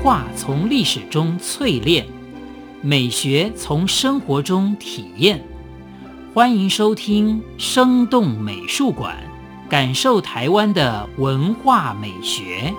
化从历史中淬炼，美学从生活中体验。欢迎收听生动美术馆，感受台湾的文化美学。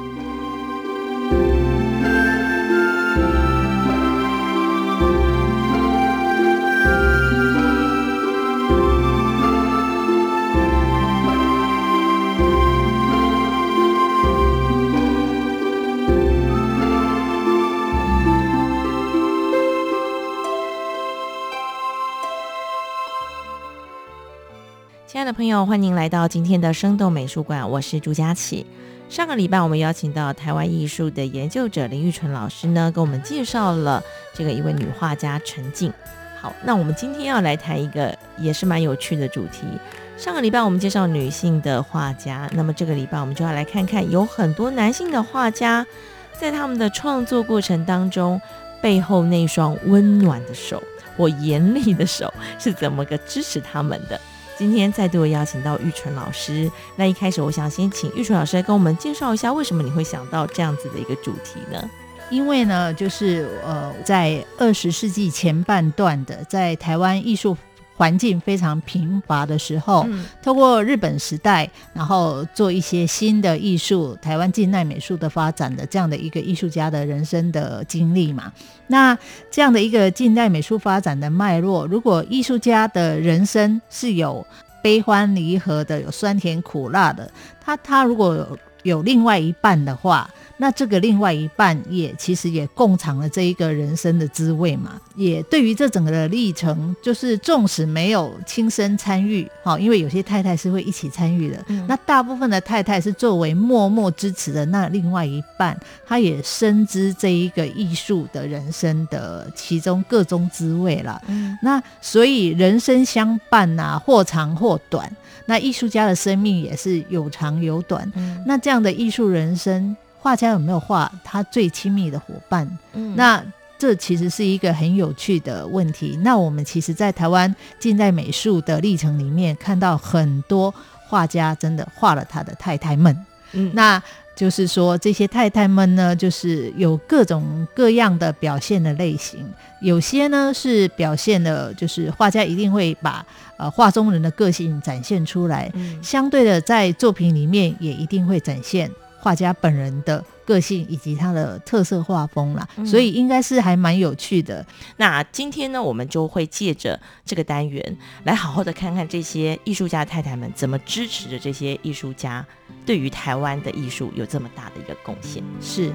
亲爱的朋友，欢迎来到今天的生动美术馆，我是朱佳琪。上个礼拜我们邀请到台湾艺术的研究者林玉纯老师呢，跟我们介绍了这个一位女画家陈静。好，那我们今天要来谈一个也是蛮有趣的主题。上个礼拜我们介绍女性的画家，那么这个礼拜我们就要来看看有很多男性的画家在他们的创作过程当中，背后那双温暖的手或严厉的手是怎么个支持他们的。今天再度邀请到玉纯老师，那一开始我想先请玉纯老师来跟我们介绍一下，为什么你会想到这样子的一个主题呢？ 因为呢，就是在20世纪前半段的，在台湾艺术环境非常贫乏的时候，透过日本时代，然后做一些新的艺术，台湾近代美术的发展的这样的一个艺术家的人生的经历嘛。那这样的一个近代美术发展的脉络，如果艺术家的人生是有悲欢离合的，有酸甜苦辣的，他如果有另外一半的话，那这个另外一半其实也共尝了这一个人生的滋味嘛，也对于这整个的历程，就是纵使没有亲身参与，因为有些太太是会一起参与的，那大部分的太太是作为默默支持的那另外一半，她也深知这一个艺术的人生的其中各种滋味啦。那所以人生相伴啊，或长或短，那艺术家的生命也是有长有短，那这样的艺术人生，画家有没有画他最亲密的伙伴？那这其实是一个很有趣的问题。那我们其实在台湾近代美术的历程里面，看到很多画家真的画了他的太太们，那就是说这些太太们呢，就是有各种各样的表现的类型，有些呢是表现的就是画家一定会把画中人的个性展现出来，相对的在作品里面也一定会展现画家本人的个性以及他的特色画风啦，所以应该是还蛮有趣的。 那今天呢，我们就会借着这个单元来好好的看看这些艺术家太太们怎么支持着这些艺术家对于台湾的艺术有这么大的一个贡献。 是。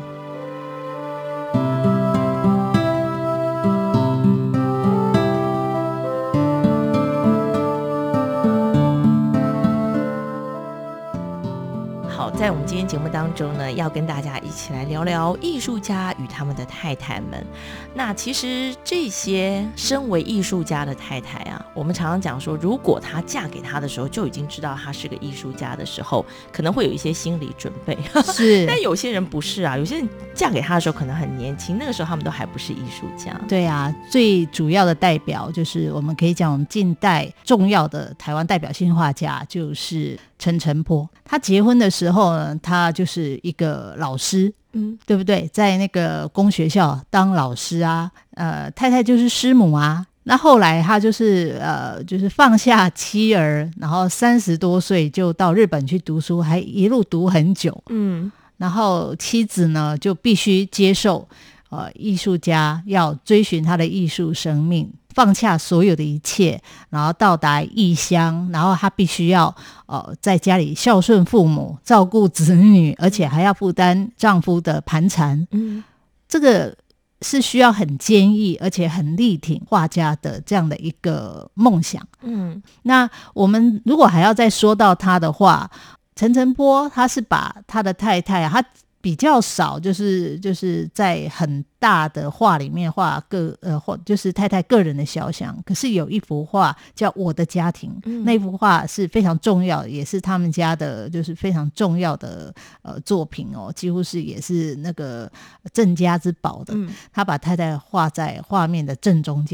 在我们今天节目当中呢，要跟大家一起来聊聊艺术家与他们的太太们。那其实这些身为艺术家的太太啊，我们常常讲说，如果她嫁给他的时候就已经知道他是个艺术家的时候，可能会有一些心理准备。 是， 但有些人不是啊，有些人嫁给他的时候可能很年轻，那个时候他们都还不是艺术家。 对啊，最主要的代表就是我们可以讲近代重要的台湾代表性画家就是陈澄波。他结婚的时候呢，他就是一个老师，对不对？在那个公学校当老师啊，太太就是师母啊。那后来他就是放下妻儿，然后30多岁就到日本去读书，还一路读很久。然后妻子呢就必须接受艺术家要追寻他的艺术生命，放下所有的一切，然后到达异乡，然后他必须要在家里孝顺父母，照顾子女，而且还要负担丈夫的盘缠。这个是需要很坚毅而且很力挺画家的这样的一个梦想。那我们如果还要再说到他的话，陈澄波他是把他的太太他比较少就是在很大的画里面画就是太太个人的肖像，可是有一幅画叫《我的家庭》，那幅画是非常重要，也是他们家的就是非常重要的作品哦，几乎是也是那个镇家之宝的。他把太太画在画面的正中间，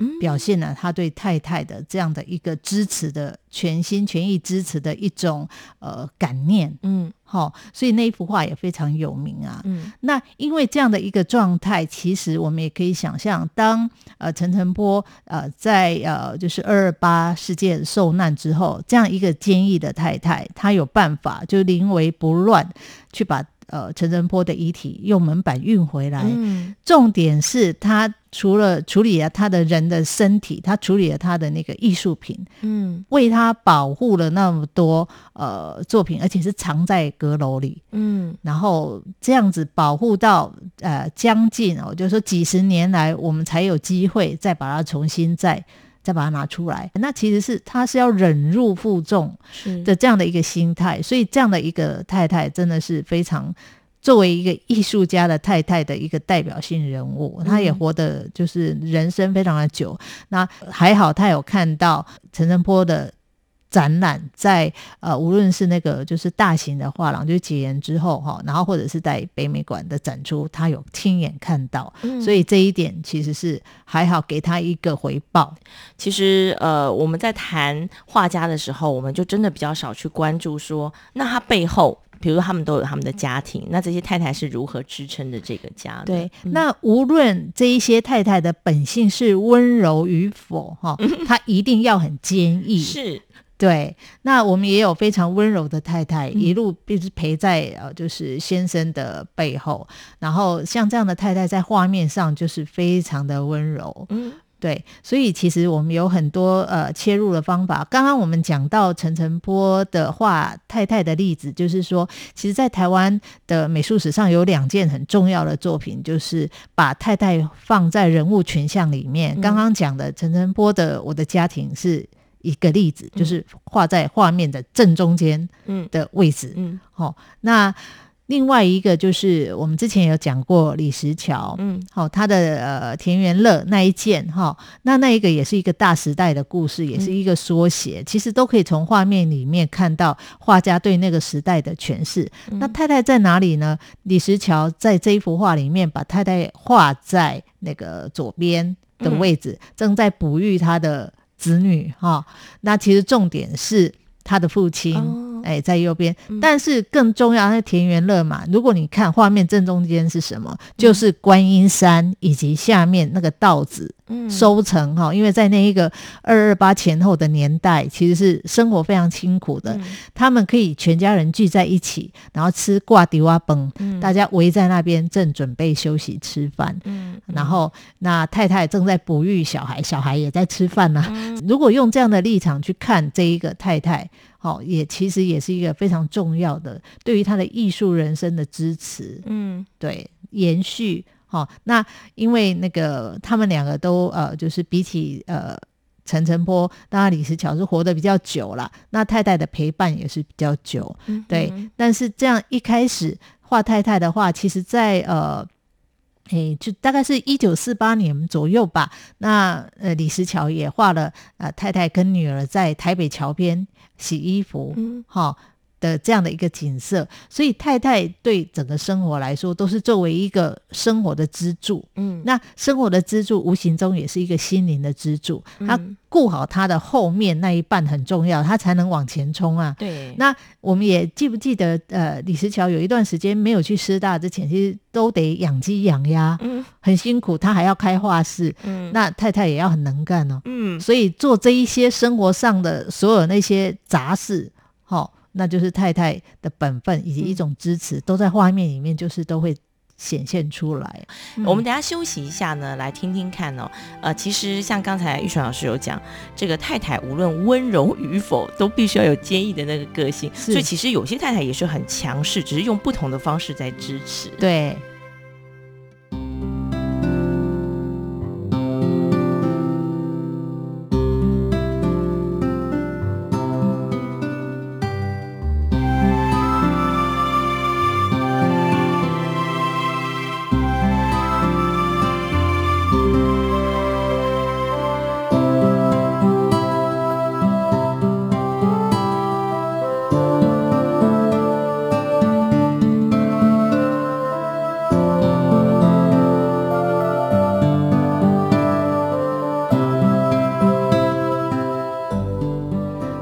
表现了他对太太的这样的一个支持的全心全意支持的一种感念。所以那一幅画也非常有名啊。那因为这样的一个状态，其实我们也可以想象，当陈澄波在就是228事件受难之后，这样一个坚毅的太太，她有办法就临危不乱去把陈澄波的遗体用门板运回来。重点是他除了处理了他的人的身体，他处理了他的那个艺术品，为他保护了那么多作品，而且是藏在阁楼里，然后这样子保护到将近就是说几十年来，我们才有机会再把它重新再把它拿出来。那其实是他是要忍辱负重的这样的一个心态，所以这样的一个太太真的是非常作为一个艺术家的太太的一个代表性人物。她也活得就是人生非常的久。那还好她有看到陈澄波的展览在无论是那个就是大型的画廊就是解严之后然后或者是在北美馆的展出，他有亲眼看到，所以这一点其实是还好给他一个回报。 其实我们在谈画家的时候，我们就真的比较少去关注说那他背后比如说他们都有他们的家庭，那这些太太是如何支撑着这个家的？ 对，那无论这一些太太的本性是温柔与否她一定要很坚毅。 是， 对，那我们也有非常温柔的太太，一路一直陪在就是先生的背后，然后像这样的太太在画面上就是非常的温柔。对，所以其实我们有很多切入的方法。刚刚我们讲到陈澄波的画太太的例子，就是说其实在台湾的美术史上有2件很重要的作品，就是把太太放在人物群像里面。刚刚讲的陈澄波的《我的家庭》是一个例子，就是画在画面的正中间的位置。那另外一个就是我们之前有讲过李石樵，他的田园乐那一件，那一个也是一个大时代的故事，也是一个缩写，其实都可以从画面里面看到画家对那个时代的诠释。那太太在哪里呢？李石樵在这一幅画里面把太太画在那个左边的位置，正在哺育他的子女。那其实重点是他的父亲在右边，但是更重要那田园乐嘛，如果你看画面正中间是什么，就是观音山以及下面那个稻子收成因为在那一个228前后的年代，其实是生活非常辛苦的，他们可以全家人聚在一起，然后吃挂地蛙崩，大家围在那边正准备休息吃饭，然后那太太正在哺育小孩，小孩也在吃饭如果用这样的立场去看这一个太太，也其实也是一个非常重要的对于他的艺术人生的支持。对，延续。那因为那个他们2个都就是比起陈澄波，当然李石樵是活得比较久啦，那太太的陪伴也是比较久。对，但是这样一开始画太太的话，其实在就大概是1948年左右吧，那李石樵也画了太太跟女儿在台北桥边洗衣服的这样的一个景色，所以太太对整个生活来说都是作为一个生活的支柱。那生活的支柱无形中也是一个心灵的支柱，他顾好他的后面那一半很重要，他才能往前冲啊。 对， 那我们也记不记得李石樵有一段时间没有去师大之前，其实都得养鸡养鸭，很辛苦，他还要开画室，那太太也要很能干所以做这一些生活上的所有那些杂事那就是太太的本分以及一种支持，都在画面里面就是都会显现出来。 我们等一下休息一下呢，来听听看其实像刚才玉纯老师有讲，这个太太无论温柔与否都必须要有坚毅的那个个性，所以其实有些太太也是很强势，只是用不同的方式在支持。 对，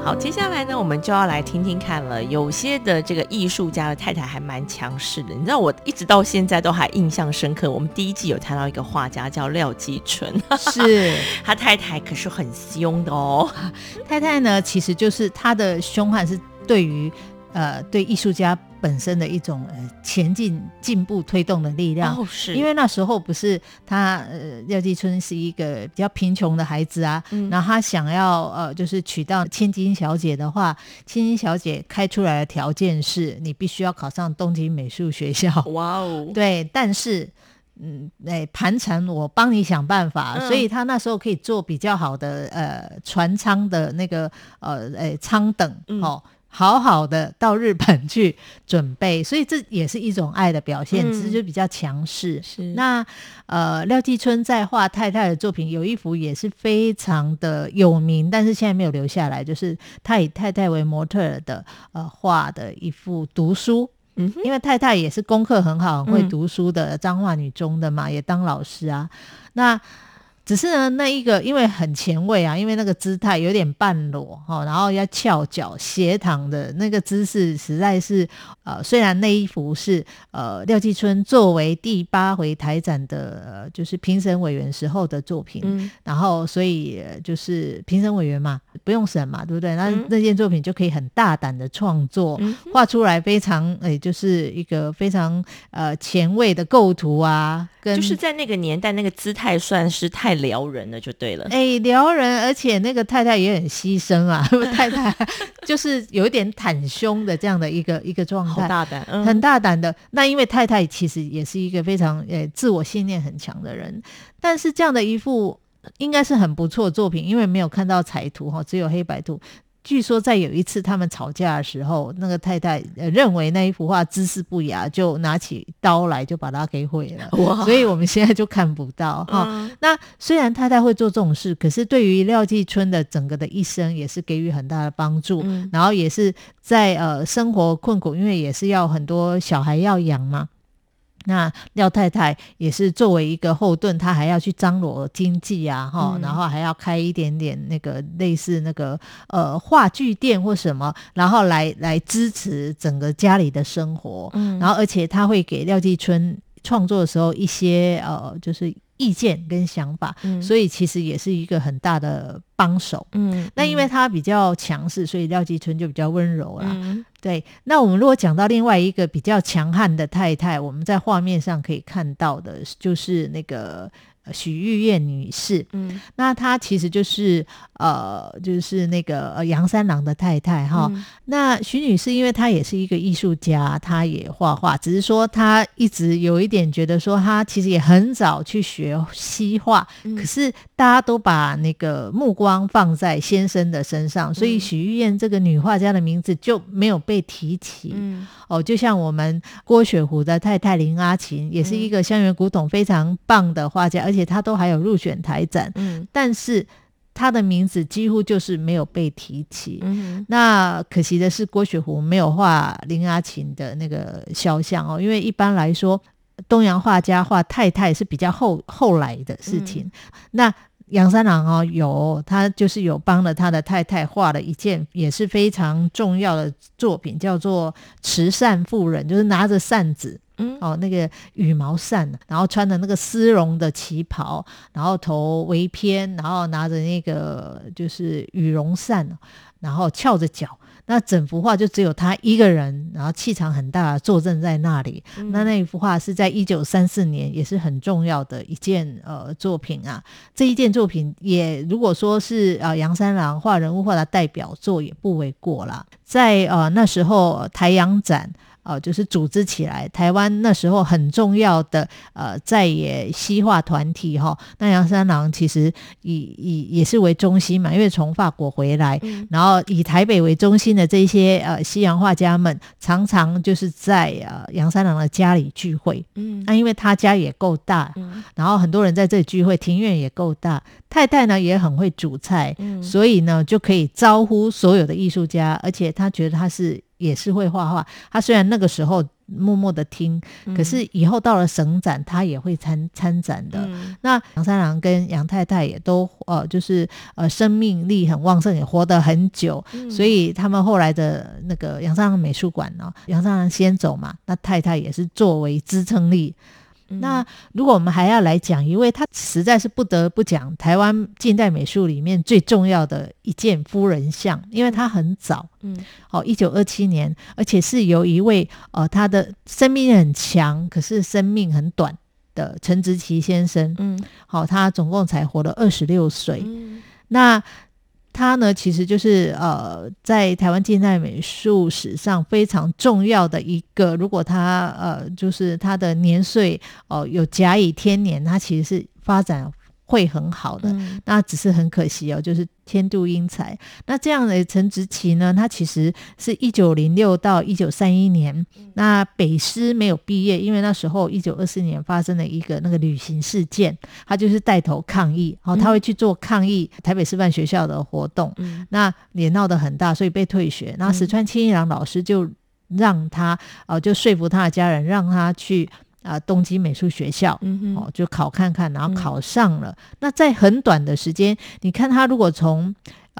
好，接下来呢，我们就要来听听看了。有些的这个艺术家的太太还蛮强势的，你知道，我一直到现在都还印象深刻。我们第一季有谈到一个画家叫廖继春， 是他太太可是很凶的哦。 太太呢，其实就是他的凶悍是对于对艺术家本身的一种前进步推动的力量。 哦，是因为那时候不是他廖继春是一个比较贫穷的孩子啊，然后他想要就是娶到千金小姐的话，千金小姐开出来的条件是你必须要考上东京美术学校。 哇哦， 对，但是盘缠我帮你想办法，所以他那时候可以做比较好的船舱的那个舱等好好的到日本去准备，所以这也是一种爱的表现，只是就比较强势。 是那廖继春在画太太的作品有一幅也是非常的有名，但是现在没有留下来，就是他以太太为模特的画的一幅读书。因为太太也是功课很好很会读书的，彰化女中的嘛，也当老师啊。那只是呢，那一个因为很前卫啊，因为那个姿态有点半裸然后要翘脚斜躺的那个姿势，实在是虽然那一幅是廖继春作为第8回台展的就是评审委员时候的作品，然后所以就是评审委员嘛，不用审嘛，对不对？那件作品就可以很大胆的创作，画出来非常就是一个非常前卫的构图啊， 就是在那个年代那个姿态算是太撩人了就对了。 撩人，而且那个太太也很牺牲啊，太太就是有一点袒胸的这样的一个状态， 好大胆， 很大胆的。那因为太太其实也是一个非常自我信念很强的人，但是这样的一幅应该是很不错的作品，因为没有看到彩图只有黑白图。据说在有一次他们吵架的时候，那个太太认为那一幅画姿势不雅，就拿起刀来就把它给毁了，所以我们现在就看不到那虽然太太会做这种事，可是对于廖继春的整个的一生也是给予很大的帮助，然后也是在生活困苦，因为也是要很多小孩要养嘛。那廖太太也是作为一个后盾，她还要去张罗经济啊然后还要开一点点那个类似那个话剧店或什么，然后来支持整个家里的生活然后而且她会给廖继春创作的时候一些就是意见跟想法所以其实也是一个很大的帮手那因为他比较强势，所以廖继春就比较温柔啦对，那我们如果讲到另外一个比较强悍的太太，我们在画面上可以看到的就是那个许玉燕女士那她其实就是就是那个杨三郎的太太那许女士因为她也是一个艺术家，她也画画，只是说她一直有一点觉得说她其实也很早去学西画可是大家都把那个目光放在先生的身上，所以许玉燕这个女画家的名字就没有被提起就像我们郭雪湖的太太林阿琴也是一个乡园古董非常棒的画家而且她都还有入选台展但是她的名字几乎就是没有被提起那可惜的是郭雪湖没有画林阿琴的那个肖像因为一般来说东洋画家画太太是比较后来的事情那杨三郎他就是有帮了他的太太画了一件也是非常重要的作品，叫做慈善妇人，就是拿着扇子那个羽毛扇，然后穿的那个丝绒的旗袍，然后头微偏，然后拿着那个就是羽绒扇，然后翘着脚，那整幅画就只有他一个人，然后气场很大坐镇在那里那一幅画是在1934年也是很重要的一件作品啊。这一件作品也如果说是杨三郎画人物画的代表作也不为过啦。在那时候台洋展就是组织起来台湾那时候很重要的在野西画团体那杨三郎其实也是为中心嘛，因为从法国回来然后以台北为中心的这些西洋画家们常常就是在杨三郎的家里聚会那因为他家也够大然后很多人在这里聚会，庭院也够大，太太呢也很会煮菜所以呢就可以招呼所有的艺术家，而且他觉得他也是会画画。他虽然那个时候默默的听，可是以后到了省展他也会参展的。那杨三郎跟杨太太也都就是生命力很旺盛，也活得很久，所以他们后来的那个杨三郎美术馆呢，杨三郎先走嘛，那太太也是作为支撑力。那如果我们还要来讲一位，他实在是不得不讲台湾近代美术里面最重要的一件夫人像，因为他很早，1927年，而且是由一位他的生命力很强可是生命很短的陈植棋先生，他总共才活了26岁。那他呢其实就是在台湾近代美术史上非常重要的一个，如果他就是他的年岁有甲乙天年，他其实是发展会很好的，那只是很可惜就是天妒英才。那这样的陈植棋呢，他其实是1906到1931年，那北师没有毕业，因为那时候1924年发生了一个那个旅行事件，他就是带头抗议，他会去做抗议台北师范学校的活动，那也闹得很大，所以被退学。那石川清一郎老师就让他就说服他的家人让他去东京美术学校，就考看看，然后考上了。那在很短的时间，你看他如果从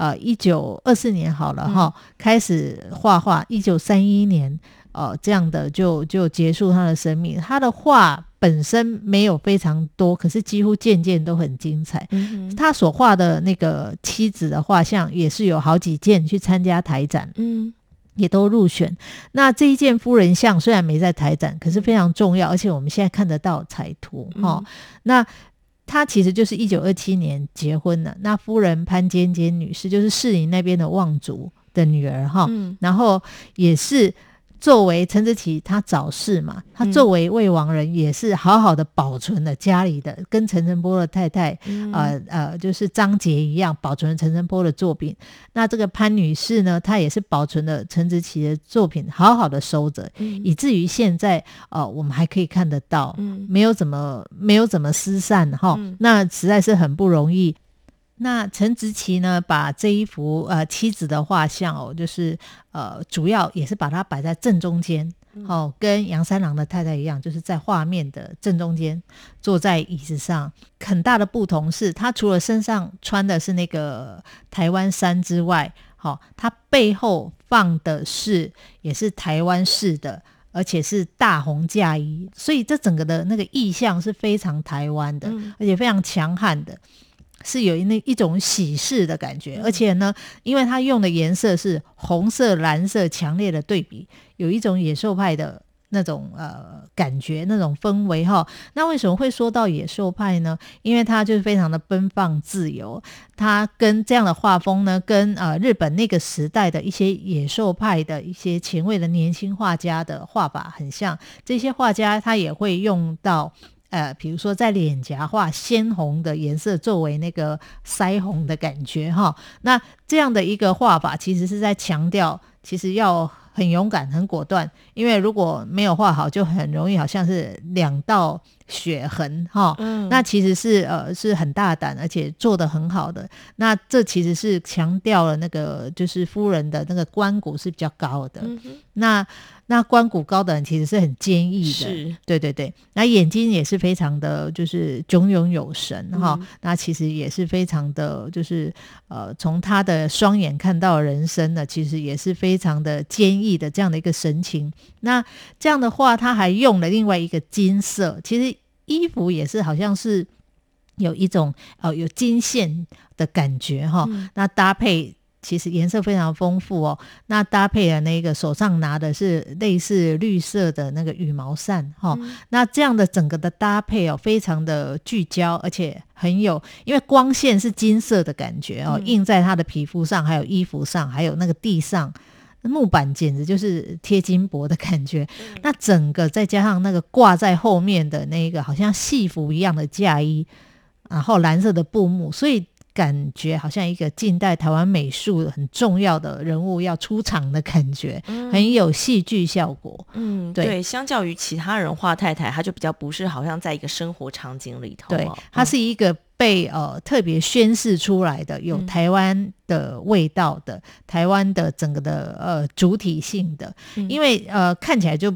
1924年好了开始画画，1931年这样的就结束他的生命。他的画本身没有非常多，可是几乎件件都很精彩。他所画的那个妻子的画像也是有好几件去参加台展，也都入选。那这一件夫人像虽然没在台展，可是非常重要，而且我们现在看得到彩图那他其实就是1927年结婚了。那夫人潘坚坚女士就是士林那边的望族的女儿然后也是作为陈植棋他早逝嘛，他作为未亡人也是好好的保存了家里的，跟陈澄波的太太就是张捷一样保存了陈澄波的作品。那这个潘女士呢，她也是保存了陈植棋的作品，好好的收着，以至于现在我们还可以看得到，没有怎么失散那实在是很不容易。那陈植棋呢，把这一幅妻子的画像就是主要也是把它摆在正中间，跟杨三郎的太太一样，就是在画面的正中间，坐在椅子上。很大的不同是，他除了身上穿的是那个台湾衫之外，他背后放的也是台湾式的，而且是大红嫁衣，所以这整个的那个意象是非常台湾的，而且非常强悍的，是有一种喜事的感觉。而且呢，因为它用的颜色是红色蓝色强烈的对比，有一种野兽派的那种感觉，那种氛围那为什么会说到野兽派呢？因为它就是非常的奔放自由，它跟这样的画风呢，跟日本那个时代的一些野兽派的一些前卫的年轻画家的画法很像。这些画家他也会用到比如说在脸颊画鲜红的颜色作为那个腮红的感觉那这样的一个画法其实是在强调其实要很勇敢很果断，因为如果没有画好就很容易好像是2道血痕那其实是很大胆而且做得很好的。那这其实是强调了那个就是夫人的那个关骨是比较高的，那关骨高的人其实是很坚毅的， 是， 对对对。那眼睛也是非常的就是炯炯有神那其实也是非常的就是从他的双眼看到人生呢，其实也是非常的坚毅的这样的一个神情。那这样的话他还用了另外一个金色，其实衣服也是好像是有一种有金线的感觉那搭配其实颜色非常丰富那搭配的那个手上拿的是类似绿色的那个羽毛扇那这样的整个的搭配非常的聚焦，而且很有，因为光线是金色的感觉映在他的皮肤上，还有衣服上，还有那个地上木板，简直就是贴金箔的感觉那整个再加上那个挂在后面的那个好像戏服一样的嫁衣，然后蓝色的布幕，所以感觉好像一个近代台湾美术很重要的人物要出场的感觉很有戏剧效果对，相较于其他人画太太，他就比较不是好像在一个生活场景里头对他是一个被特别宣示出来的有台湾的味道的台湾的整个的主体性的因为看起来就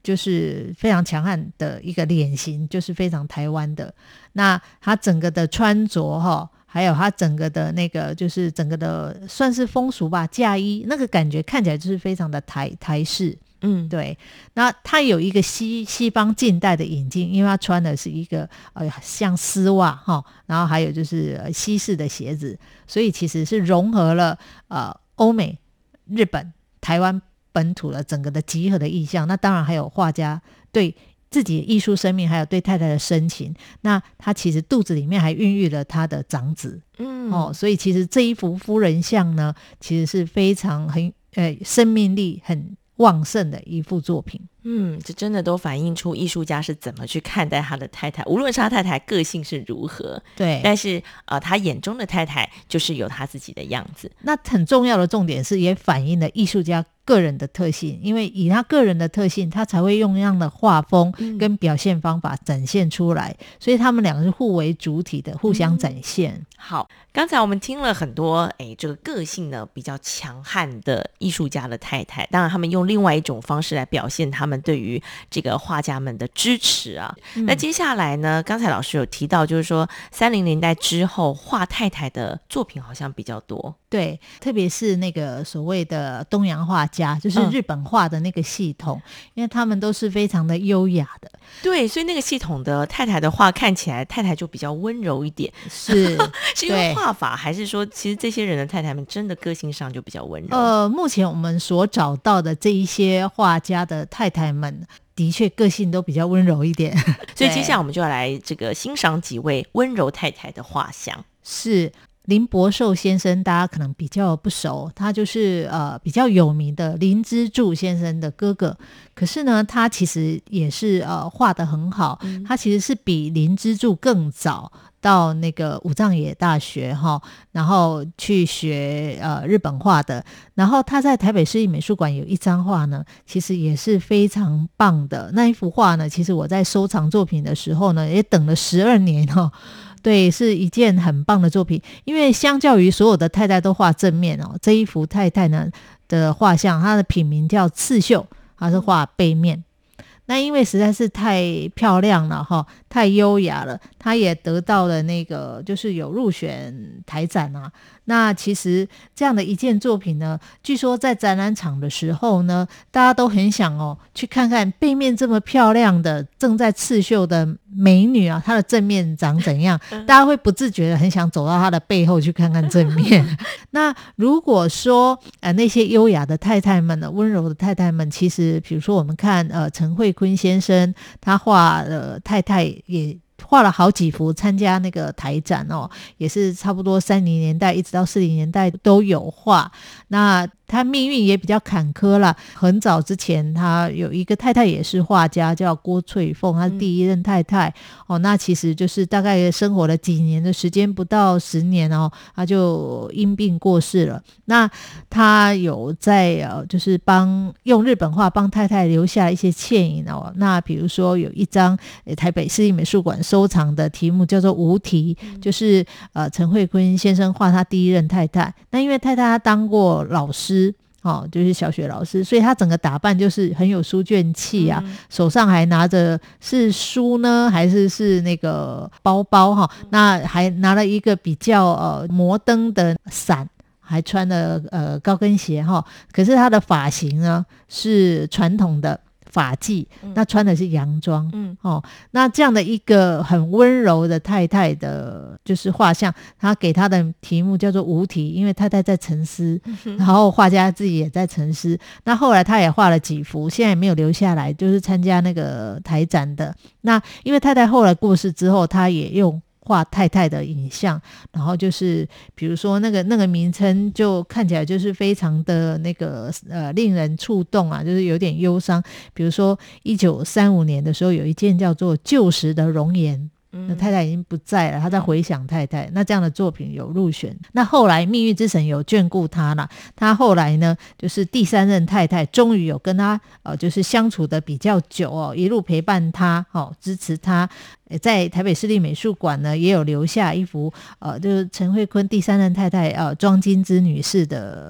就是非常强悍的一个脸型，就是非常台湾的。那他整个的穿着还有他整个的那个就是整个的算是风俗吧，嫁衣那个感觉看起来就是非常的台式。对。那他有一个西方近代的引进，因为他穿的是一个像丝袜然后还有就是西式的鞋子，所以其实是融合了欧美、日本、台湾本土的整个的集合的意象。那当然还有画家对自己的艺术生命还有对太太的深情，那他其实肚子里面还孕育了他的长子。所以其实这一幅夫人像呢，其实是非常生命力很旺盛的一幅作品。 这真的都反映出艺术家是怎么去看待他的太太，无论是他太太个性是如何， 对， 但是他眼中的太太就是有他自己的样子。 那很重要的重点是也反映了艺术家个人的特性，因为以他个人的特性，他才会用那样的画风跟表现方法展现出来，所以他们两个是互为主体的，互相展现。 好，刚才我们听了很多这个个性呢比较强悍的艺术家的太太，当然他们用另外一种方式来表现他们对于这个画家们的支持啊。那接下来呢，刚才老师有提到就是说30年代之后画太太的作品好像比较多。 对，特别是那个所谓的东洋画家，就是日本画的那个系统，因为他们都是非常的优雅的。 对，所以那个系统的太太的画看起来太太就比较温柔一点。 是是因为画法，还是说其实这些人的太太们真的个性上就比较温柔？ 目前我们所找到的这一些画家的太太们的确个性都比较温柔一点。 所以接下来我们就要来这个欣赏几位温柔太太的画像。 是林伯寿先生，大家可能比较不熟，他就是比较有名的林之助先生的哥哥。可是呢，他其实也是画得很好，他其实是比林之助更早到那个武藏野大学然后去学日本画的。然后他在台北市立美术馆有一张画呢，其实也是非常棒的。那一幅画呢，其实我在收藏作品的时候呢，也等了12年对，是一件很棒的作品。因为相较于所有的太太都画正面这一幅太太呢的画像，它的品名叫刺绣，它是画背面。那因为实在是太漂亮了太优雅了，他也得到了那个就是有入选台展啊。那其实这样的一件作品呢，据说在展览场的时候呢，大家都很想去看看背面这么漂亮的正在刺绣的美女她的正面长怎样，大家会不自觉的很想走到她的背后去看看正面。那如果说那些优雅的太太们温柔的太太们，其实比如说我们看陈慧坤先生，他画太太也画了好几幅参加那个台展也是差不多30年代一直到40年代都有画。那他命运也比较坎坷啦，很早之前他有一个太太也是画家叫郭翠凤，他是第一任太太那其实就是大概生活了几年的时间，不到10年他就因病过世了。那他有在就是用日本画帮太太留下一些倩影那比如说有一张台北市立美术馆收藏的题目叫做无题，就是陈慧坤先生画他第一任太太。那因为太太他当过老师就是小学老师，所以他整个打扮就是很有书卷气啊，手上还拿着是书呢还是那个包包那还拿了一个比较摩登的伞，还穿了高跟鞋可是他的发型呢是传统的发髻，那穿的是洋装那这样的一个很温柔的太太的就是画像，他给他的题目叫做无题，因为太太在沉思然后画家自己也在沉思。那后来他也画了几幅，现在也没有留下来，就是参加那个台展的。那因为太太后来过世之后，他也用画太太的影像，然后就是比如说那个名称就看起来就是非常的那个令人触动啊，就是有点忧伤。比如说1935年的时候有一件叫做旧时的容颜，那太太已经不在了，他在回想太太，那这样的作品有入选。那后来命运之神有眷顾他了，他后来呢就是第3任太太终于有跟他就是相处的比较久一路陪伴他支持他。在台北市立美术馆呢也有留下一幅就是陈慧坤第3任太太庄金枝女士的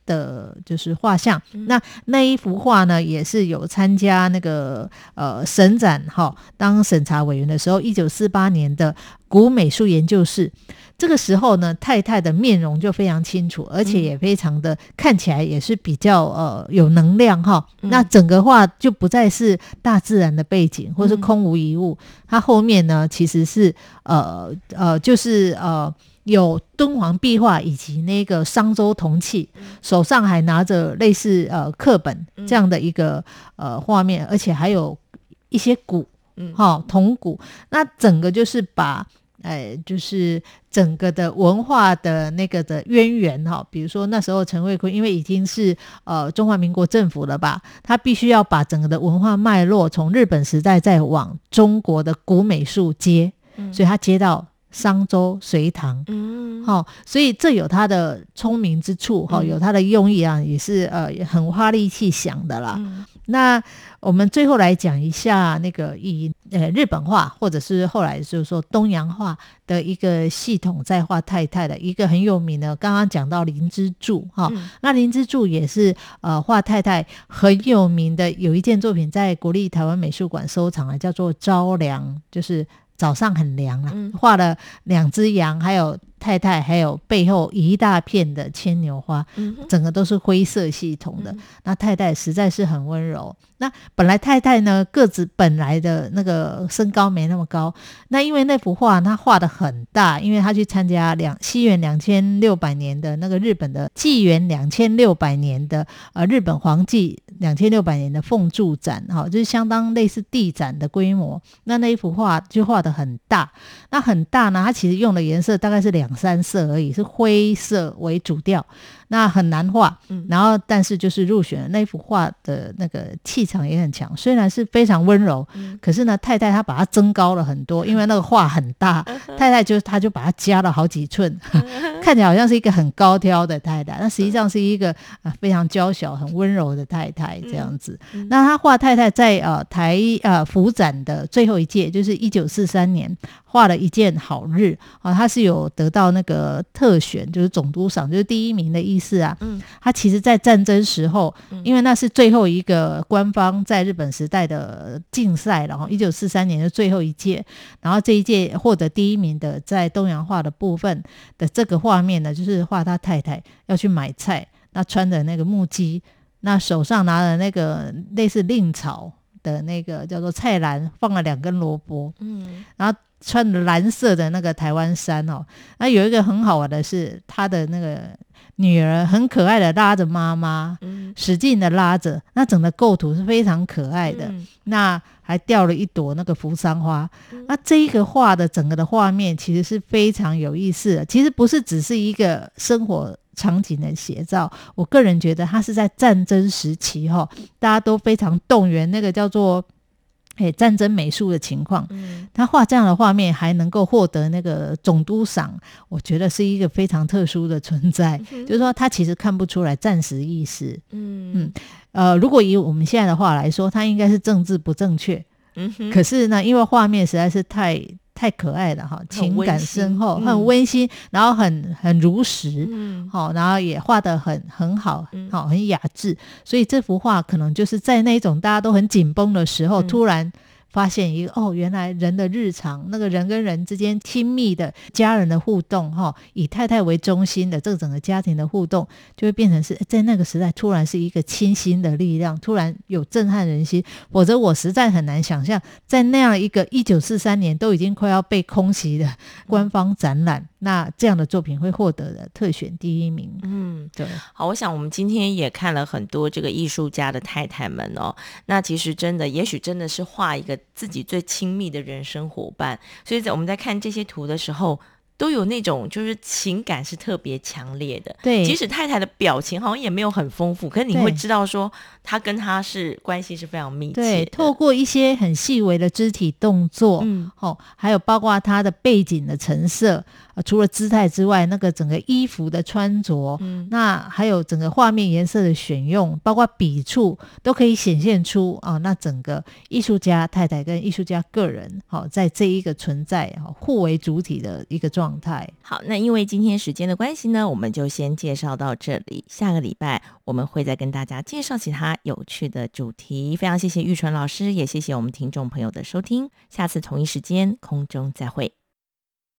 的就是画像。那一幅画呢也是有参加那个省展当审查委员的时候，1948年的古美术研究室。这个时候呢，太太的面容就非常清楚，而且也非常的看起来也是比较有能量那整个画就不再是大自然的背景或是空无一物，它后面呢其实是就是有敦煌壁画以及那个商周铜器，手上还拿着类似课本这样的一个画面，而且还有一些鼓铜鼓，那整个就是把就是整个的文化的那个的渊源比如说那时候陈慧坤因为已经是中华民国政府了吧，他必须要把整个的文化脉络从日本时代再往中国的古美术接，所以他接到商周隋唐所以这有他的聪明之处有他的用意也是很花力气想的啦。那我们最后来讲一下那个以日本画或者是后来就是说东洋画的一个系统在画太太的一个很有名的，刚刚讲到林之助那林之助也是画太太很有名的，有一件作品在国立台湾美术馆收藏叫做朝凉，就是早上很凉画了2只羊还有太太还有背后一大片的牵牛花整个都是灰色系统的那太太实在是很温柔。那本来太太呢个子本来的那个身高没那么高，那因为那幅画她画得很大，因为她去参加西元2600年的那个日本的纪元2600年的日本皇纪2600年的奉祝展就是相当类似地展的规模。那一幅画就画得很大，那很大呢它其实用的颜色大概是2-3色而已，是灰色为主调，那很难画然后但是就是入选了那幅画的那个气场也很强，虽然是非常温柔可是呢太太她把它增高了很多，因为那个画很大太太她就把它加了好几寸看起来好像是一个很高挑的太太，那实际上是一个非常娇小很温柔的太太这样子那她画太太在台福展的最后一届就是1943年画了一件好日她是有得到那个特选，就是总督赏，就是第1名的意思他其实在战争时候因为那是最后一个官方在日本时代的竞赛，然后1943年的最后一届，然后这一届获得第1名的在东洋画的部分的这个画面呢，就是画他太太要去买菜，那穿的那个木屐，那手上拿的那个类似令草的那个叫做菜篮，放了2根萝卜然后穿的蓝色的那个台湾衫那有一个很好玩的是他的那个女儿很可爱的拉着妈妈使劲的拉着，那整个构图是非常可爱的那还掉了一朵那个扶桑花那这一个画的整个的画面其实是非常有意思的，其实不是只是一个生活场景的写照，我个人觉得它是在战争时期大家都非常动员那个叫做战争美术的情况他画这样的画面还能够获得那个总督赏，我觉得是一个非常特殊的存在就是说他其实看不出来战时意识如果以我们现在的话来说，他应该是政治不正确可是呢因为画面实在是太可爱了情感深厚很温馨然后很如实然后也画得很好很雅致，所以这幅画可能就是在那种大家都很紧绷的时候突然发现一个原来人的日常那个人跟人之间亲密的家人的互动以太太为中心的这个整个家庭的互动就会变成是在那个时代突然是一个清新的力量，突然有震撼人心，否则我实在很难想象在那样一个1943年都已经快要被空袭的官方展览那这样的作品会获得的特选第1名对。 好，我想我们今天也看了很多这个艺术家的太太们那其实真的也许真的是画一个自己最亲密的人生伙伴，所以我们在看这些图的时候都有那种就是情感是特别强烈的， 对， 即使太太的表情好像也没有很丰富，可是你会知道说他跟他是关系是非常密切的， 对，透过一些很细微的肢体动作还有包括他的背景的陈设除了姿态之外，那个整个衣服的穿着那还有整个画面颜色的选用，包括笔触都可以显现出那整个艺术家太太跟艺术家个人在这一个存在互为主体的一个状状态。 好，那因为今天时间的关系呢，我们就先介绍到这里，下个礼拜我们会再跟大家介绍其他有趣的主题。非常谢谢玉纯老师，也谢谢我们听众朋友的收听，下次同一时间空中再会。